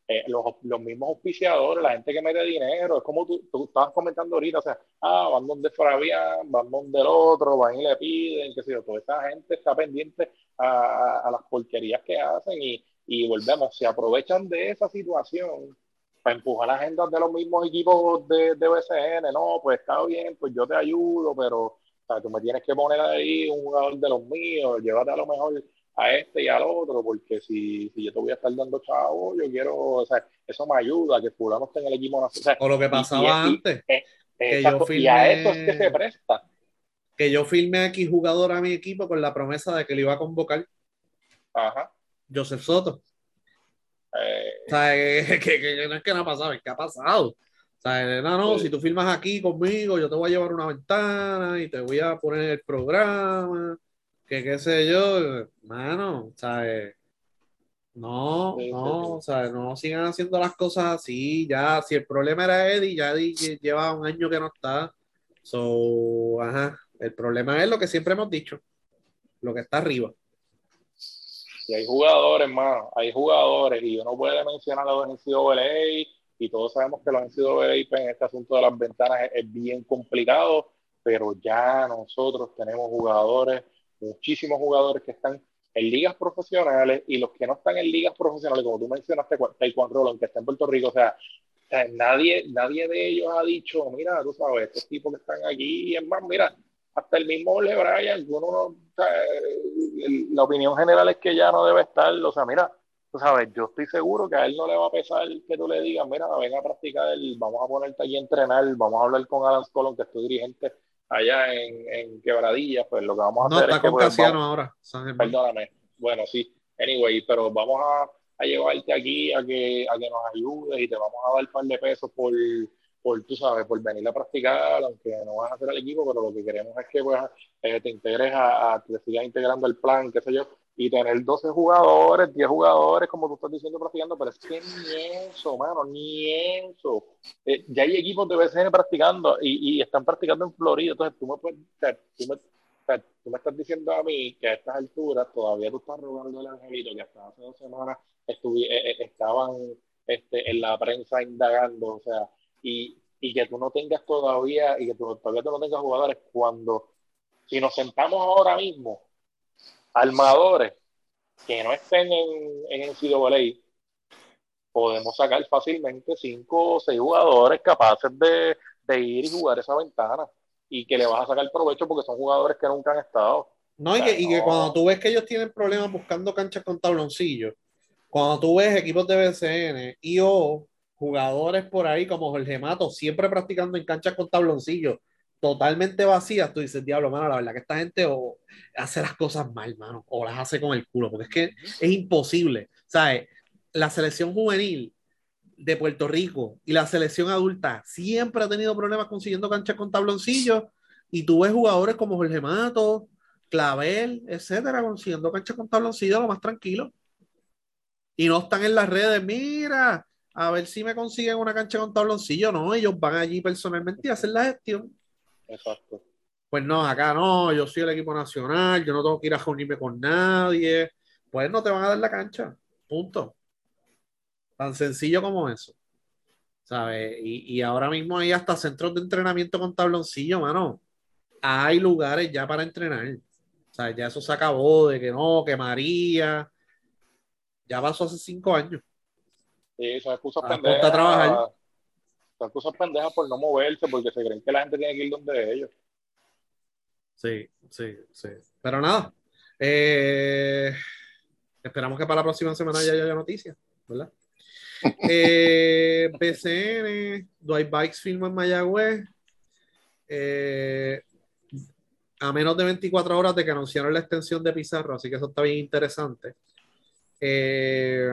eh, los, los mismos auspiciadores, la gente que mete dinero, es como tú, tú estabas comentando ahorita, o sea, ah, van donde Fabián, van donde el otro, van y le piden, qué sé yo, toda esta gente está pendiente a, a las porquerías que hacen y, y volvemos, se aprovechan de esa situación para empujar las agendas de los mismos equipos de, de B C N, no, pues está bien, pues yo te ayudo, pero o sea, tú me tienes que poner ahí un jugador de los míos, llévate a lo mejor a este y al otro, porque si, si yo te voy a estar dando chavo, yo quiero, o sea, eso me ayuda, que fulano esté en el equipo nacional, o sea, O lo que y, y, pasaba y, antes, eh, que yo exacto, y a eso es que se firmé, presta. que yo firmé aquí jugador a mi equipo con la promesa de que le iba a convocar Ajá. Joseph Soto. O Eh, sea, que, que, que no es que no ha pasado, es que ha pasado. O sea, no, no, si eh, tú firmas aquí conmigo, yo te voy a llevar una ventana y te voy a poner el programa, que qué sé yo, mano, o sea, eh, no, sí, sí, no, o sí. sea, no sigan haciendo las cosas así, ya, si el problema era Eddie, ya Eddie lle- lleva un año que no está, so, ajá, el problema es lo que siempre hemos dicho, lo que está arriba. Y hay jugadores, más, hay jugadores, y uno puede mencionar a los N C A A, y todos sabemos que los N C A A pues, en este asunto de las ventanas es, es bien complicado, pero ya nosotros tenemos jugadores, muchísimos jugadores que están en ligas profesionales, y los que no están en ligas profesionales, como tú mencionaste, Taekwondo Rolón, que está en Puerto Rico, o sea, o sea, nadie, nadie de ellos ha dicho, mira, tú sabes, estos tipos que están aquí, y es más, mira, hasta el mismo Le Bryan, uno no, o sea, la opinión general es que ya no debe estar, o sea, mira, tú sabes, yo estoy seguro que a él no le va a pesar que tú le digas, mira, ven a practicar, vamos a ponerte allí a entrenar, vamos a hablar con Alan Colón, que es tu dirigente allá en, en Quebradillas, pues lo que vamos a No, hacer es está que, con pues, Casiano vamos, ahora, San Germán. perdóname, bueno, sí, anyway, pero vamos a, a llevarte aquí a que, a que nos ayudes y te vamos a dar un par de pesos por, por, tú sabes, por venir a practicar, aunque no vas a hacer el equipo, pero lo que queremos es que pues, eh, te integres a, a, te sigas integrando el plan, qué sé yo, y tener doce jugadores, diez jugadores, como tú estás diciendo, practicando, pero es que ni eso, mano, ni eso. Eh, ya hay equipos de B C N practicando y, y están practicando en Florida, entonces tú me puedes, o sea, tú me, o sea, tú me estás diciendo a mí que a estas alturas todavía tú estás rogando al Angelito que hasta hace dos semanas estuvi, eh, eh, estaban este, en la prensa indagando, o sea, y, y que tú no tengas todavía, y que tú, todavía tú no tengas jugadores cuando, si nos sentamos ahora mismo, armadores que no estén en, en N C A A, podemos sacar fácilmente cinco o seis jugadores capaces de, de ir y jugar esa ventana y que le vas a sacar provecho porque son jugadores que nunca han estado. O No, y que, sea, y que cuando no, tú ves que ellos tienen problemas buscando canchas con tabloncillo, cuando tú ves equipos de B C N y o jugadores por ahí como Jorge Mato, siempre practicando en canchas con tabloncillo, totalmente vacías, tú dices, diablo, mano, la verdad que esta gente o hace las cosas mal, mano, o las hace con el culo, porque es que es imposible, ¿sabes? La selección juvenil de Puerto Rico y la selección adulta siempre ha tenido problemas consiguiendo canchas con tabloncillo y tú ves jugadores como Jorge Mato, Clavel, etcétera, consiguiendo canchas con tabloncillo lo más tranquilo y no están en las redes, mira, a ver si me consiguen una cancha con tabloncillo, no, ellos van allí personalmente y hacen la gestión. exacto. Pues no, acá no, yo soy el equipo nacional, yo no tengo que ir a reunirme con nadie, pues no te van a dar la cancha, punto. Tan sencillo como eso. ¿Sabes? Y, y ahora mismo hay hasta centros de entrenamiento con tabloncillo, mano. Hay lugares ya para entrenar. O sea, ya eso se acabó de que no, que María. Ya pasó hace cinco años. Y son excusas Ah, ponte a trabajar. pendejas, son excusas pendejas por no moverse, porque se creen que la gente tiene que ir donde ellos. Sí, sí, sí. Pero nada. Eh, esperamos que para la próxima semana ya haya noticias, ¿verdad? Eh, B C N, Dwight Bikes firma en Mayagüez. Eh, a menos de veinticuatro horas de que anunciaron la extensión de Pizarro, así que eso está bien interesante. Eh,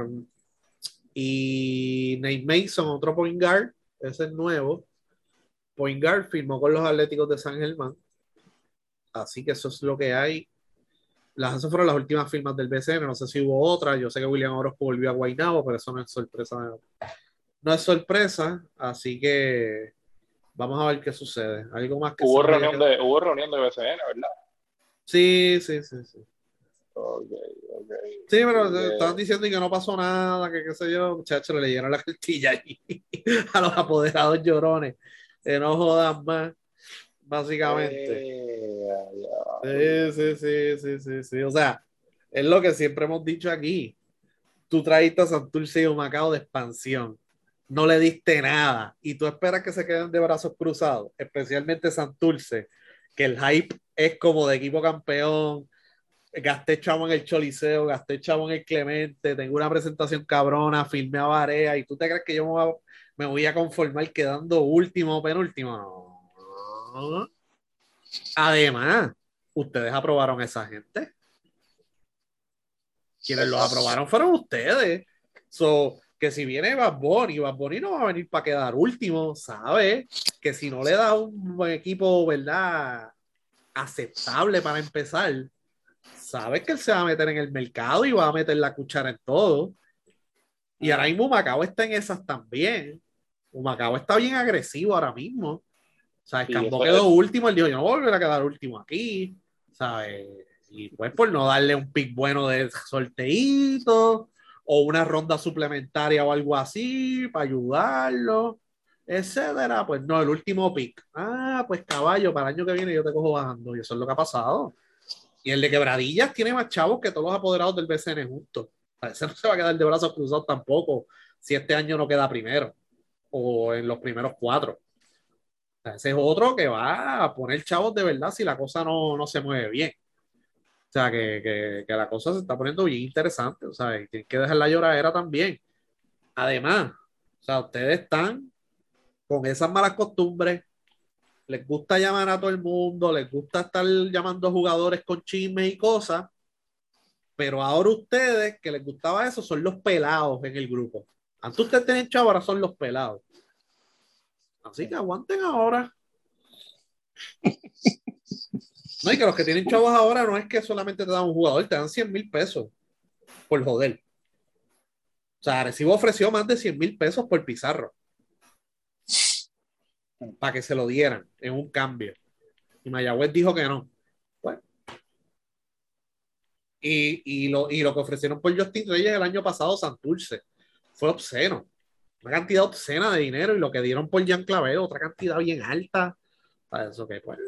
y Nate Mason, otro point guard, ese es nuevo. Point guard firmó con los Atléticos de San Germán, así que eso es lo que hay. Las, esas fueron las últimas firmas del B C N, no sé si hubo otra. Yo sé que William Orozco volvió a Guaynabo, pero eso no es sorpresa. No es sorpresa, así que vamos a ver qué sucede. Algo más que se Hubo nos haya reunión quedado. de, hubo reunión de B C N, ¿verdad? Sí, sí, sí, sí. Ok, ok. Sí, pero Eh, estaban diciendo que no pasó nada, que qué sé yo, muchachos, le leyeron la cartilla ahí a los apoderados llorones. Que no jodan más, básicamente. eh, Sí, sí, sí, sí, sí, sí. O sea, es lo que siempre hemos dicho aquí. Tú trajiste a Santurce y Humacao de expansión. No le diste nada. Y tú esperas que se queden de brazos cruzados, especialmente Santurce, que el hype es como de equipo campeón. Gasté chavo en el Choliseo, gasté chavo en el Clemente, tengo una presentación cabrona, filmé a Varea, y tú te crees que yo me voy a, me voy a conformar quedando último o penúltimo. No. Además, ustedes aprobaron a esa gente. Quienes los exacto. aprobaron fueron ustedes. So, que si viene Bad Bunny, Bad Bunny no va a venir para quedar último, ¿sabe? Que si no le da un buen equipo, ¿verdad? Aceptable para empezar, sabes que él se va a meter en el mercado y va a meter la cuchara en todo. Y ahora mismo Macao está en esas también. Macao está bien agresivo ahora mismo. ¿Sabes? Sí, Cambo eso es. quedó último, él dijo, yo no voy a volver a quedar último aquí. ¿Sabes? Y pues por no darle un pick bueno de sorteíto o una ronda suplementaria o algo así para ayudarlo, etcétera. Pues no, el último pick. Ah, pues caballo, para el año que viene yo te cojo bajando. Y eso es lo que ha pasado. Y el de Quebradillas tiene más chavos que todos los apoderados del B C N juntos. O sea, ese no se va a quedar de brazos cruzados tampoco si este año no queda primero o en los primeros cuatro. O sea, ese es otro que va a poner chavos de verdad si la cosa no, no se mueve bien. O sea, que, que, que la cosa se está poniendo bien interesante. O sea, y tienen que dejar la lloradera también. Además, o sea, ustedes están con esas malas costumbres, les gusta llamar a todo el mundo, les gusta estar llamando a jugadores con chismes y cosas, pero ahora ustedes que les gustaba eso son los pelados en el grupo. Antes ustedes tenían chavos, ahora son los pelados. Así que aguanten ahora. No, y que los que tienen chavos ahora no es que solamente te dan un jugador, te dan cien mil pesos por joder. O sea, Arecibo ofreció más de cien mil pesos por Pizarro para que se lo dieran en un cambio. Y Mayagüez dijo que no. Bueno, y, y, lo, y lo que ofrecieron por Justin Reyes el año pasado, Santurce, fue obsceno. Una cantidad obscena de dinero y lo que dieron por Jean Clavel, otra cantidad bien alta. Para eso que, pues.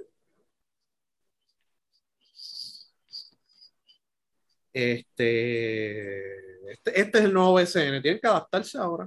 Este, este, este es el nuevo B C N, tienen que adaptarse ahora.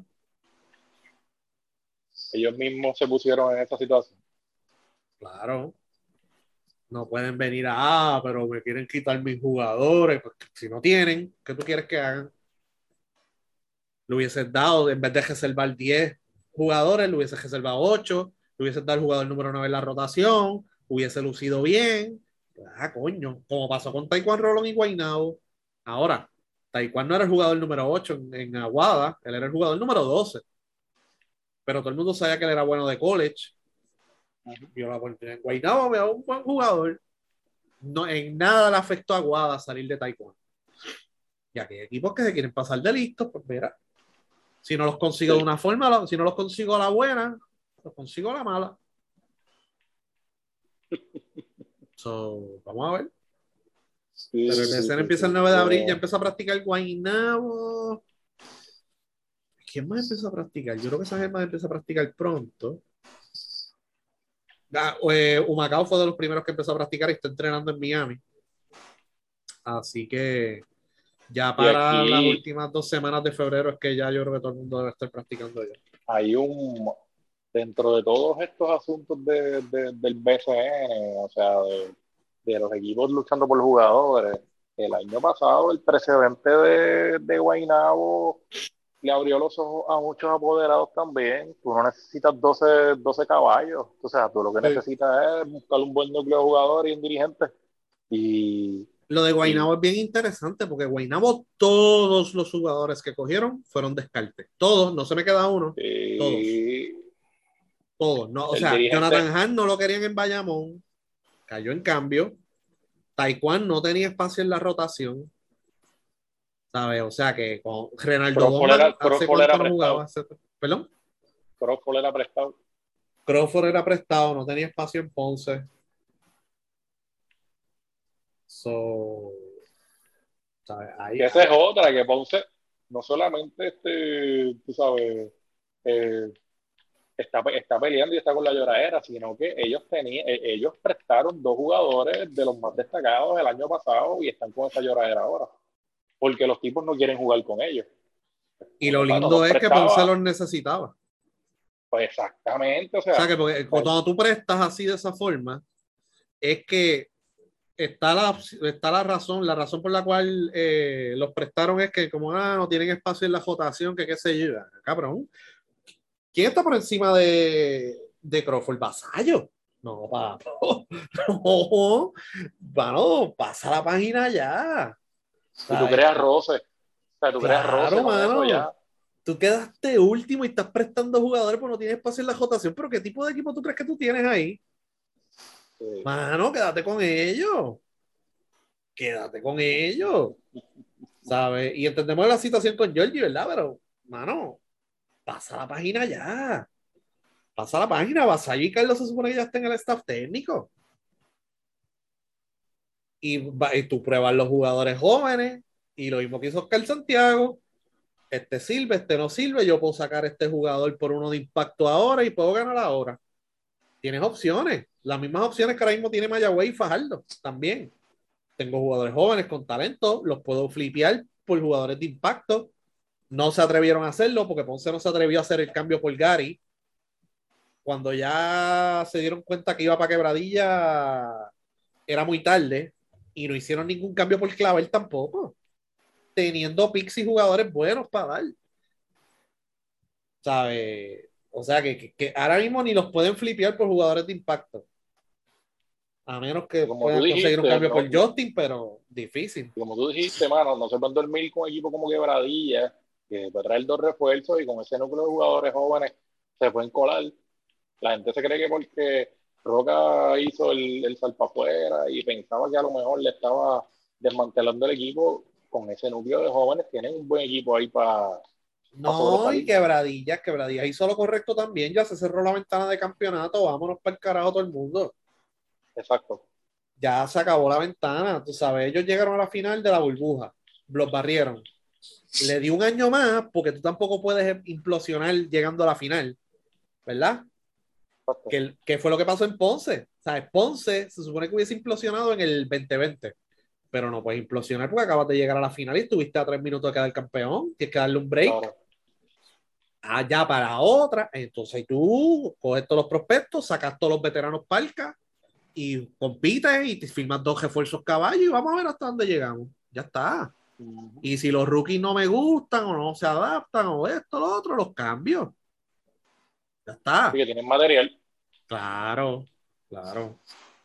Ellos mismos se pusieron en esa situación. Claro. No pueden venir a, ah, pero me quieren quitar mis jugadores. Pues, si no tienen, ¿qué tú quieres que hagan? Le hubieses dado, en vez de reservar diez jugadores, le hubieses reservado ocho, le hubieses dado el jugador número nueve en la rotación, hubiese lucido bien. Ah, coño, como pasó con Taekwondo Rolón y Guaynabo. Ahora, Taekwondo no era el jugador número ocho en, en Aguada, él era el jugador número doce. Pero todo el mundo sabía que él era bueno de college. Uh-huh. Vio la oportunidad en Guaynabo, me da un buen jugador. No, en nada le afectó a Aguada salir de Taekwondo. Y aquí hay equipos que se quieren pasar de listos, pues mira, si no los consigo de Sí. una forma, si no los consigo a la buena, los consigo a la mala. So, vamos a ver. Sí, Pero el sí, B C N sí, empieza el sí. nueve de abril, ya Yo, empieza a practicar Guaynabo. ¿Quién más empieza a practicar? Yo creo que esa gente más empieza a practicar pronto. Ah, eh, Humacao fue de los primeros que empezó a practicar y está entrenando en Miami. Así que ya y para las aquí últimas dos semanas de febrero es que ya yo creo que todo el mundo debe estar practicando ya. hay un, dentro de todos estos asuntos de, de- del B C N, o sea, de, de los equipos luchando por jugadores, el año pasado el precedente de, de Guaynabo le abrió los ojos a muchos apoderados también. Tú no necesitas doce doce caballos, o sea, tú lo que Sí. necesitas es buscar un buen núcleo de jugadores y un dirigente. Y, Lo de y, Guaynabo es bien interesante porque Guaynabo, todos los jugadores que cogieron fueron descarte. Todos, no se me queda uno. Todos, y todos. No, o el sea, dirigente, Jonathan Hahn no lo querían en Bayamón, cayó en cambio. Taekwondo no tenía espacio en la rotación, ¿sabes? O sea que con Renaldo Crawford era, Doman, ¿hace Crawford cuánto era no jugaba? prestado, ¿Hace- Perdón. Crawford era prestado. Crawford era prestado, no tenía espacio en Ponce. So, ¿sabes? Ahí, que esa es otra, que Ponce no solamente, este, tú sabes, eh, está, está peleando y está con la lloradera, sino que ellos tenían, ellos prestaron dos jugadores de los más destacados el año pasado y están con esa lloradera ahora, porque los tipos no quieren jugar con ellos. Y lo lindo es que Ponce los necesitaba. Pues exactamente, o sea, o sea que porque, cuando tú prestas así de esa forma, es que está la, está la razón, la razón por la cual eh, los prestaron es que como ah, no tienen espacio en la votación, que qué sé yo, cabrón. ¿Quién está por encima de, de Crawford? Vasallo. No, papo. No, bueno, pasa la página ya. Y tú creas roce. O sea, tú creas Claro, roce con mano. eso ya. Tú quedaste último y estás prestando jugadores porque no tienes espacio en la votación. Pero ¿qué tipo de equipo tú crees que tú tienes ahí? Sí. Mano, quédate con ellos. Quédate con ellos. ¿Sabes? Y entendemos la situación con Georgie, ¿verdad? Pero, mano, pasa la página ya. Pasa la página. Vasallo y Carlos se supone que ya estén en el staff técnico. Y, y tú pruebas los jugadores jóvenes. Y lo mismo que hizo Oscar Santiago. Este sirve, este no sirve. Yo puedo sacar a este jugador por uno de impacto ahora y puedo ganar ahora. Tienes opciones. Las mismas opciones que ahora mismo tiene Mayagüez y Fajardo también. Tengo jugadores jóvenes con talento, los puedo flipear por jugadores de impacto. No se atrevieron a hacerlo porque Ponce no se atrevió a hacer el cambio por Gary. Cuando ya se dieron cuenta que iba para Quebradilla, era muy tarde y no hicieron ningún cambio por Clavel tampoco. Teniendo picks y jugadores buenos para dar. ¿Sabes? O sea que, que, que ahora mismo ni los pueden flipear por jugadores de impacto. A menos que como puedan dijiste, conseguir un cambio no, por Justin, pero difícil. Como tú dijiste, mano, no se pueden dormir con equipos como Quebradilla, que puede traer dos refuerzos y con ese núcleo de jugadores jóvenes se pueden colar. La gente se cree que porque Roca hizo el, el salpa afuera y pensaba que a lo mejor le estaba desmantelando el equipo, con ese núcleo de jóvenes tienen un buen equipo ahí para No, y Quebradillas, Quebradillas hizo lo correcto también, ya se cerró la ventana de campeonato, vámonos para el carajo todo el mundo. Exacto. Ya se acabó la ventana, tú sabes, ellos llegaron a la final de la burbuja, los barrieron. Le di un año más porque tú tampoco puedes implosionar llegando a la final, ¿verdad? Que, que fue lo que pasó en Ponce. ¿Sabes? Ponce se supone que hubiese implosionado en el veinte veinte, pero no puedes implosionar porque acabas de llegar a la final y estuviste a tres minutos de quedar campeón, tienes que darle un break. Claro. Allá para otra, entonces tú coges todos los prospectos, sacas todos los veteranos palca y compites y te firmas dos refuerzos caballos y vamos a ver hasta dónde llegamos. Ya está. Uh-huh. Y si los rookies no me gustan o no se adaptan o esto, lo otro, los cambio. Ya está. Sí, que tienen material. Claro, claro.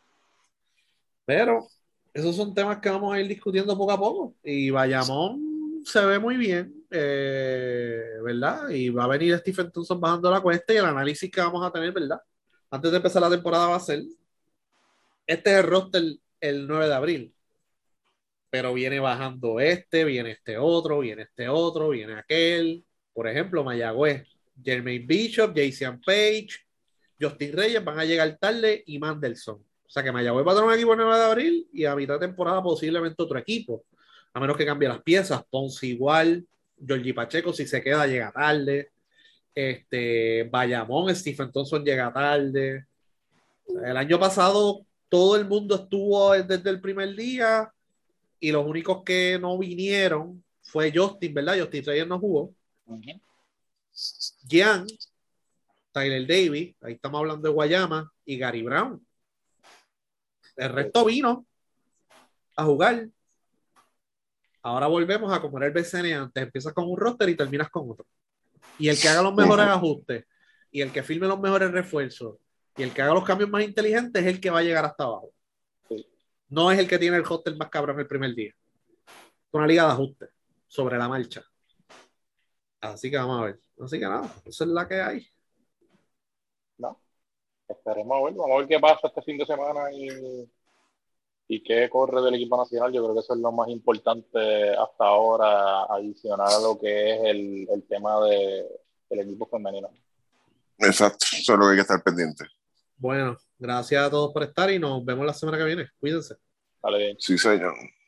Pero esos son temas que vamos a ir discutiendo poco a poco. Y Bayamón se ve muy bien, eh, ¿verdad? Y va a venir Stephen Thompson bajando la cuesta y el análisis que vamos a tener, ¿verdad? Antes de empezar la temporada va a ser, este es el roster el, el nueve de abril, pero viene bajando este, viene este otro, viene este otro, viene aquel. Por ejemplo, Mayagüez, Jermaine Bishop, Jason Page, Justin Reyes van a llegar tarde y Mandelson. O sea que Mayagüez va a tener un equipo el nueve de abril y a mitad de temporada posiblemente otro equipo. A menos que cambie las piezas. Ponce igual. Georgie Pacheco si se queda llega tarde. Este, Bayamón, Stephen Thompson llega tarde. O sea, el año pasado todo el mundo estuvo desde el primer día y los únicos que no vinieron fue Justin, ¿verdad? Justin Reyes no jugó. Uh-huh. Gian, Tyler Davis, ahí estamos hablando de Guayama, y Gary Brown. El resto vino a jugar. Ahora volvemos a como era el B C N antes. Empiezas con un roster y terminas con otro. Y el que haga los mejores ajustes, y el que firme los mejores refuerzos, y el que haga los cambios más inteligentes es el que va a llegar hasta abajo. No es el que tiene el roster más cabrón el primer día. Es una liga de ajustes sobre la marcha. Así que vamos a ver. Así que nada, esa es la que hay. No, esperemos a ver, vamos a ver qué pasa este fin de semana y, y qué corre del equipo nacional. Yo creo que eso es lo más importante hasta ahora, adicional a lo que es el, el tema de, del equipo femenino. Exacto, eso es lo que hay que estar pendiente. Bueno, gracias a todos por estar y nos vemos la semana que viene. Cuídense. Vale, bien. Sí, señor.